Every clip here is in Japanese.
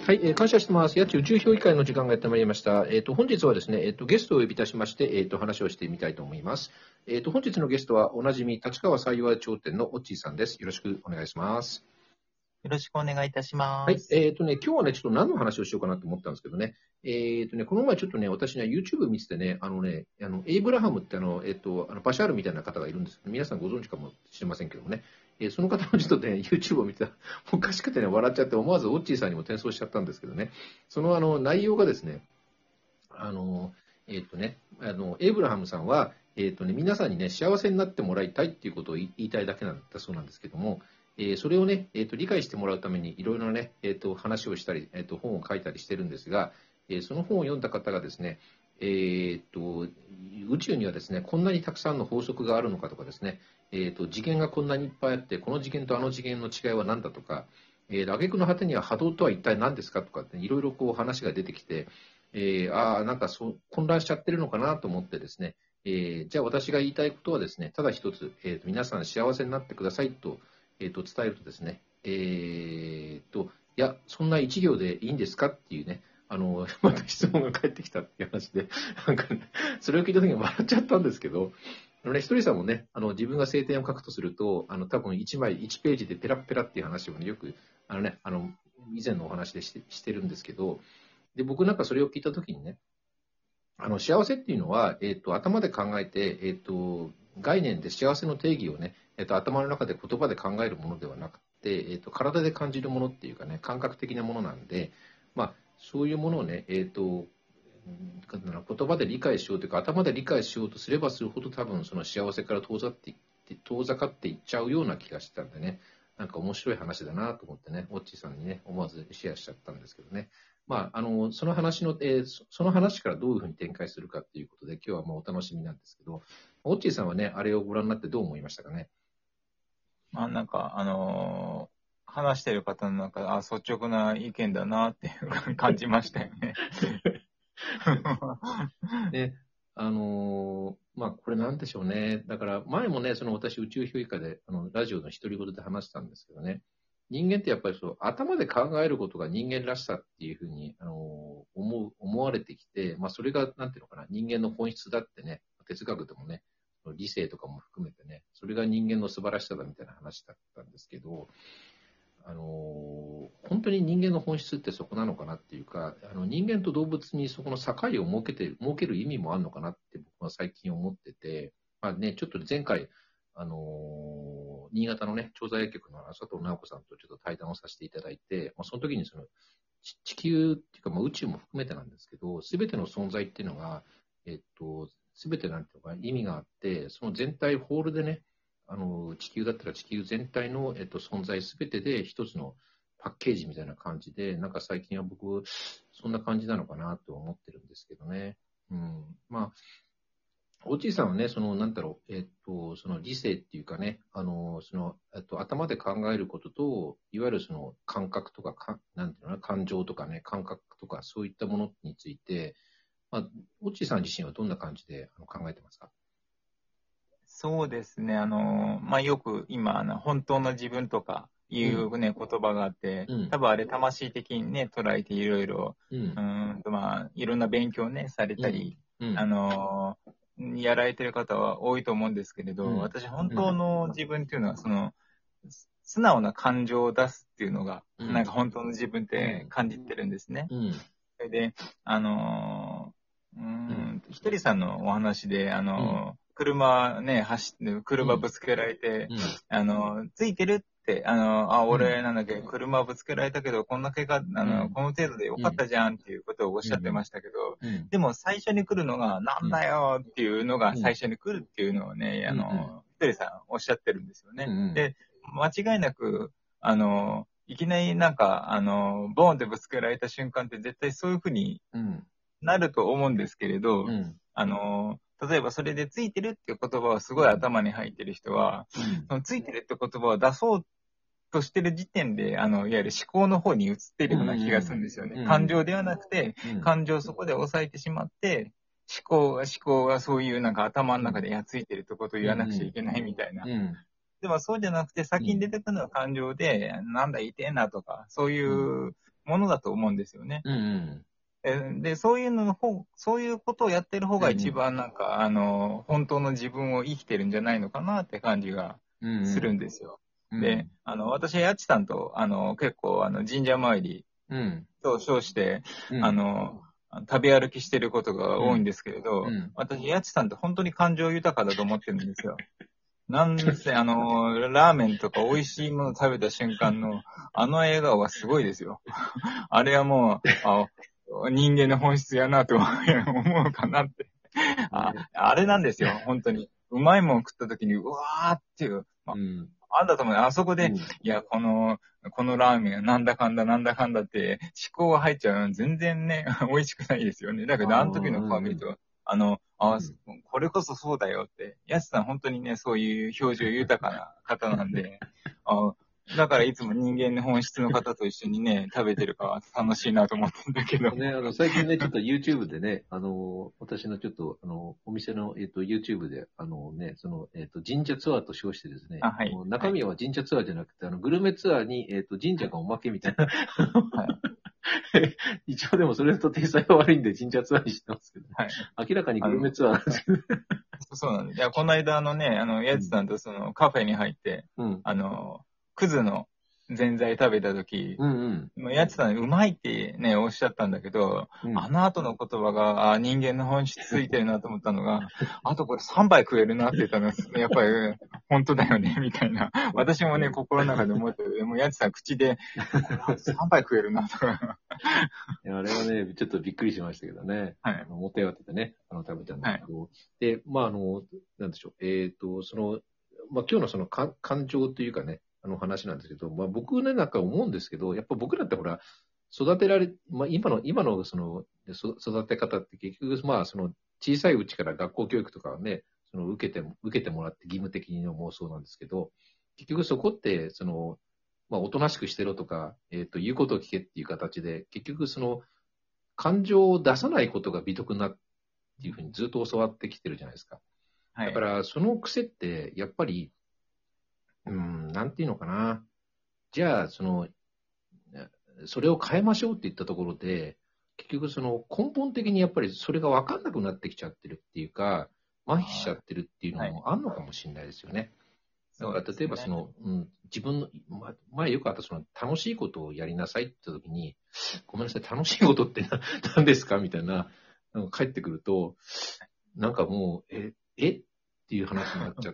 はい、感謝してます。家賃宇宙評議会の時間がやってまいりました。本日はですね、ゲストをお呼びいたしまして、話をしてみたいと思います。本日のゲストはおなじみ立川幸町店のオッチーさんです。よろしくお願いします。 よろしくお願いいたします。 はい、今日はね、ちょっと何の話をしようかなと思ったんですけどね。この前ちょっとね、私ね、YouTube 見ててね、エイブラハムってバシャールみたいな方がいるんですけど、皆さんご存知かもしれませんけどもね、その方のちょっとね、YouTube を見てたら、おかしくてね、笑っちゃって、思わずオッチーさんにも転送しちゃったんですけどね、その内容がですね、エイブラハムさんは、皆さんにね、幸せになってもらいたいっていうことを言いたいだけなんだそうなんですけども、それをね、理解してもらうためにいろいろなね、話をしたり、本を書いたりしてるんですが、その本を読んだ方がですね、宇宙にはですね、こんなにたくさんの法則があるのかとかですね、次元がこんなにいっぱいあって、この次元とあの次元の違いは何だとか、挙句の果てには波動とは一体何ですかとかって、いろいろこう話が出てきて、なんか混乱しちゃってるのかなと思ってですね、じゃあ私が言いたいことはですね、ただ一つ、皆さん幸せになってくださいと、伝えるとですね、いや、そんな一行でいいんですかっていうね、また質問が返ってきたっていう話で、なんかね、それを聞いた時に笑っちゃったんですけど、ひとりさんもね、自分が聖典を書くとすると、多分1ページでペラペラっていう話をね、よく、以前のお話でしてるんですけど、で、僕なんかそれを聞いた時にね、幸せっていうのは、頭で考えて、概念で幸せの定義をね、頭の中で言葉で考えるものではなくて、体で感じるものっていうかね、感覚的なものなんで、まあ、そういうものをね、言葉で理解しようというか、頭で理解しようとすればするほど、多分その幸せから遠ざかっていっちゃうような気がしてたんでね、なんか面白い話だなと思ってね、オッチーさんにね、思わずシェアしちゃったんですけどね。その話からどういうふうに展開するかっていうことで、今日はもうお楽しみなんですけど、オッチーさんはね、あれをご覧になってどう思いましたかね。 なんか、話してる方の中で、率直な意見だなっていう感じましたよね。 で、これなんでしょうね。だから前もね、私宇宙評議会で、ラジオの独り言で話したんですけどね、人間ってやっぱり頭で考えることが人間らしさっていうふうに、思われてきて、それが、なんていうのかな、人間の本質だってね、哲学でもね、理性とかも含めてね、それが人間の素晴らしさだみたいな話だったんですけど、本当に人間の本質ってそこなのかなっていうか、人間と動物にそこの境を設ける意味もあるのかなって僕は最近思ってて、ちょっと前回、新潟のね、調剤薬局の佐藤直子さんとちょっと対談をさせていただいて、その時に地球っていうか、宇宙も含めてなんですけど、すべての存在っていうのが、すべてなんていうのか意味があって、その全体ホールでね、地球だったら地球全体の、存在すべてで一つのパッケージみたいな感じで、なんか最近は僕、そんな感じなのかなと思ってるんですけどね。おじいさんはね、なんだろう、その理性っていうかね、頭で考えることと、いわゆるその感覚とか、なんていうのかな、感情とかね、感覚とか、そういったものについて、おじいさん自身はどんな感じで考えてますか？ そうですね。よく今、本当の自分とかいうね、言葉があって、多分あれ魂的にね、捉えていろいろ、いろんな勉強ね、されたり、やられてる方は多いと思うんですけれど、私本当の自分っていうのは、素直な感情を出すっていうのが、なんか本当の自分って感じてるんですね。それで、ひとりさんのお話で、車ね、走って、車ぶつけられて、ついてるって、俺なんだっけ、車ぶつけられたけど、こんな怪我、この程度でよかったじゃんっていうことをおっしゃってましたけど、でも最初に来るのが、なんだよっていうのが最初に来るっていうのをね、ひとりさんおっしゃってるんですよね。で、間違いなく、いきなりなんか、ボーンってぶつけられた瞬間って絶対そういうふうになると思うんですけれど、例えばそれでついてるっていう言葉はすごい頭に入ってる人は、そのついてるって言葉を出そうとしてる時点で、いわゆる思考の方に移っているような気がするんですよね。感情ではなくて、感情をそこで抑えてしまって、思考がそういうなんか頭の中でついてるってことを言わなくちゃいけないみたいな。でもそうじゃなくて、先に出てくるのは感情で、なんだ言いてえなとか、そういうものだと思うんですよね。 うんで、そういうことをやってる方が一番なんか、本当の自分を生きてるんじゃないのかなって感じがするんですよ。で、私はやちさんと、結構、神社参りと称して、食べ歩きしてることが多いんですけれど、私、やちさんって本当に感情豊かだと思ってるんですよ。なんせ、ラーメンとか美味しいもの食べた瞬間の、笑顔がすごいですよ。あれはもう、人間の本質やなと思うかなって。あれなんですよ、本当に。うまいもん食った時に、うわーっていう。あんだと思う。あそこで、いや、このラーメンなんだかんだって思考が入っちゃうの全然ね、美味しくないですよね。だけど、あの時の顔見ると、これこそそうだよって。やすさん本当にね、そういう表情豊かな方なんで、だからいつも人間の本質の方と一緒にね、食べてるから楽しいなと思ってんだけど。 ね、最近ね、ちょっと YouTube でね、私のちょっと、お店の、YouTube で、神社ツアーと称してですね、中身は神社ツアーじゃなくて、グルメツアーに、神社がおまけみたいな。一応でもそれと体裁は悪いんで神社ツアーにしてますけど、明らかにグルメツアーなんですけど。 そうなんです。いや、この間やつさんとそのカフェに入って、クズのぜんざい食べたとき、やつさんうまいってね、おっしゃったんだけど、あの後の言葉が人間の本質ついてるなと思ったのが、あとこれ3杯食えるなって言ったのが、やっぱり本当だよね、みたいな。私もね、心の中で思ってる。もうやつさん口で、これ3杯食えるなとか。 いや、あれはね、ちょっとびっくりしましたけどね。持って上がっててね、食べたんだけど。で、なんでしょう。今日のその感情というかね、話なんですけど、僕ね、なんか思うんですけど、やっぱ僕らってほら、育てられ、今のその、育て方って結局、その、小さいうちから学校教育とかはね、受けてもらって義務的にもそうなんですけど、結局そこって、おとなしくしてろとか、言うことを聞けっていう形で、結局感情を出さないことが美徳なっていうふうにずっと教わってきてるじゃないですか。だから、その癖って、やっぱり、なんていうのかな。じゃあ、それを変えましょうって言ったところで、結局根本的にやっぱりそれが分かんなくなってきちゃってるっていうか、麻痺しちゃってるっていうのもあるのかもしれないですよね。だから例えば自分の、前よくあった楽しいことをやりなさいって言ったときに、ごめんなさい、楽しいことって何ですかみたいな、帰ってくると、なんかもう、っていう話になっちゃって、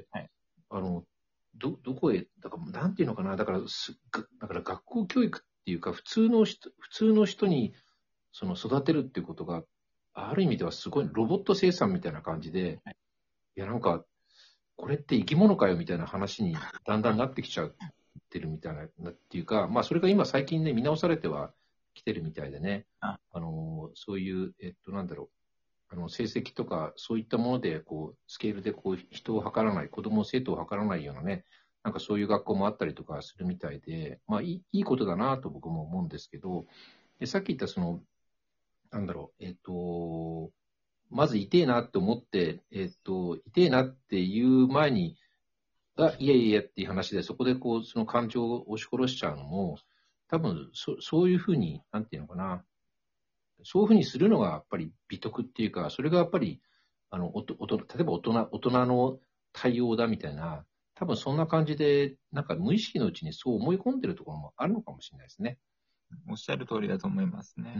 どこへ、だから、なんていうのかな、だから学校教育っていうか、普通の人に、育てるっていうことが、ある意味ではすごいロボット生産みたいな感じで、いや、なんか、これって生き物かよみたいな話にだんだんなってきちゃってるみたいな、っていうか、それが今最近ね、見直されてはきてるみたいでね、そういう、なんだろう、成績とか、そういったもので、スケールで、人を測らない、子供、生徒を測らないようなね、なんかそういう学校もあったりとかするみたいで、いいことだなと僕も思うんですけど、でさっき言ったなんだろう、まず痛えなって思って、痛えなっていう前に、いやいやっていう話で、そこでその感情を押し殺しちゃうのも、多分そういうふうに、なんていうのかな、そういうふうにするのがやっぱり美徳っていうか、それがやっぱり、例えば大人の対応だみたいな、多分そんな感じで、なんか無意識のうちにそう思い込んでるところもあるのかもしれないですね。 おっしゃる通りだと思いますね。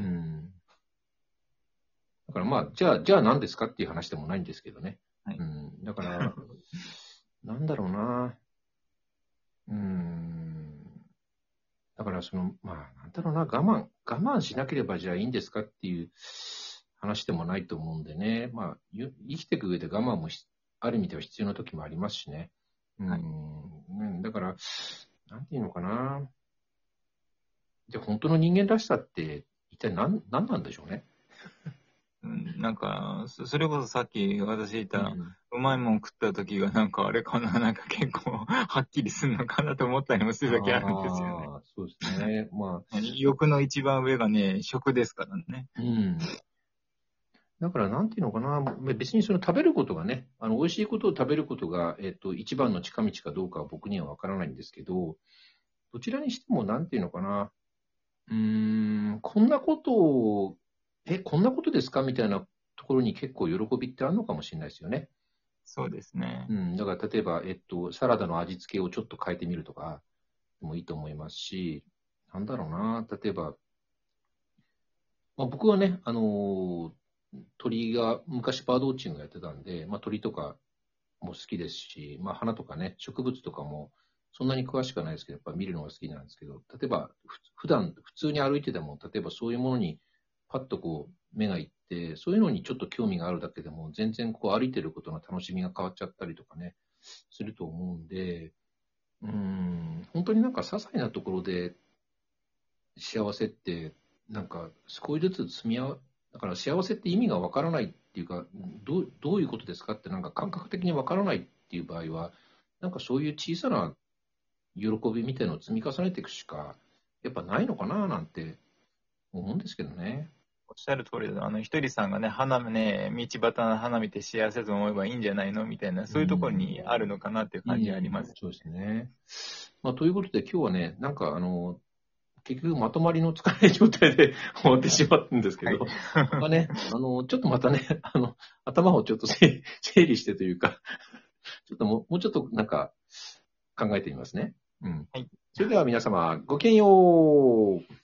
だからじゃあ何ですかっていう話でもないんですけどね。だから、なんだろうな。だからなんだろうな、我慢しなければじゃあいいんですかっていう話でもないと思うんでね。生きていく上で我慢もある意味では必要な時もありますしね。だから、なんていうのかな。で、本当の人間らしさって一体何なんでしょうね。 なんか、それこそさっき私言った、うまいもん食った時がなんかあれかな、なんか結構はっきりするのかなと思ったりもする時あるんですよね。 そうですね。 欲の一番上がね、食ですからね。 だから、なんていうのかな、別に食べることがね、美味しいことを食べることが、一番の近道かどうかは僕にはわからないんですけど、どちらにしても、なんていうのかな、 こんなことを、こんなことですかみたいなところに結構喜びってあるのかもしれないですよね。 そうですね。 だから例えば、サラダの味付けをちょっと変えてみるとかもいいと思いますし、なんだろうな、例えば、まあ、僕はね、鳥が昔バードウォッチングやってたんで、まあ、鳥とかも好きですし、まあ、花とかね、植物とかもそんなに詳しくはないですけど、やっぱ見るのが好きなんですけど、例えば、普段普通に歩いてても、例えばそういうものにパッとこう目がいって、そういうのにちょっと興味があるだけでも、全然こう歩いてることの楽しみが変わっちゃったりとかね、すると思うんで、本当になんか些細なところで幸せって、なんか少しずつ積み合わ、だから幸せって意味がわからないっていうか、どういうことですかってなんか感覚的にわからないっていう場合は、なんかそういう小さな喜びみたいなのを積み重ねていくしか、やっぱないのかななんて思うんですけどね。 おっしゃる通りだ。ひとりさんがね、花ね、道端の花見て幸せと思えばいいんじゃないのみたいな、そういうところにあるのかなっていう感じがあります。 そうですね。まあ、ということで今日はね、なんか結局まとまりのつかない状態で終わってしまったんですけど、 はい。 まあね、ちょっとまたね、頭をちょっと整理してというか、ちょっともうちょっとなんか考えてみますね。 はい。 それでは皆様、ごきげんよう。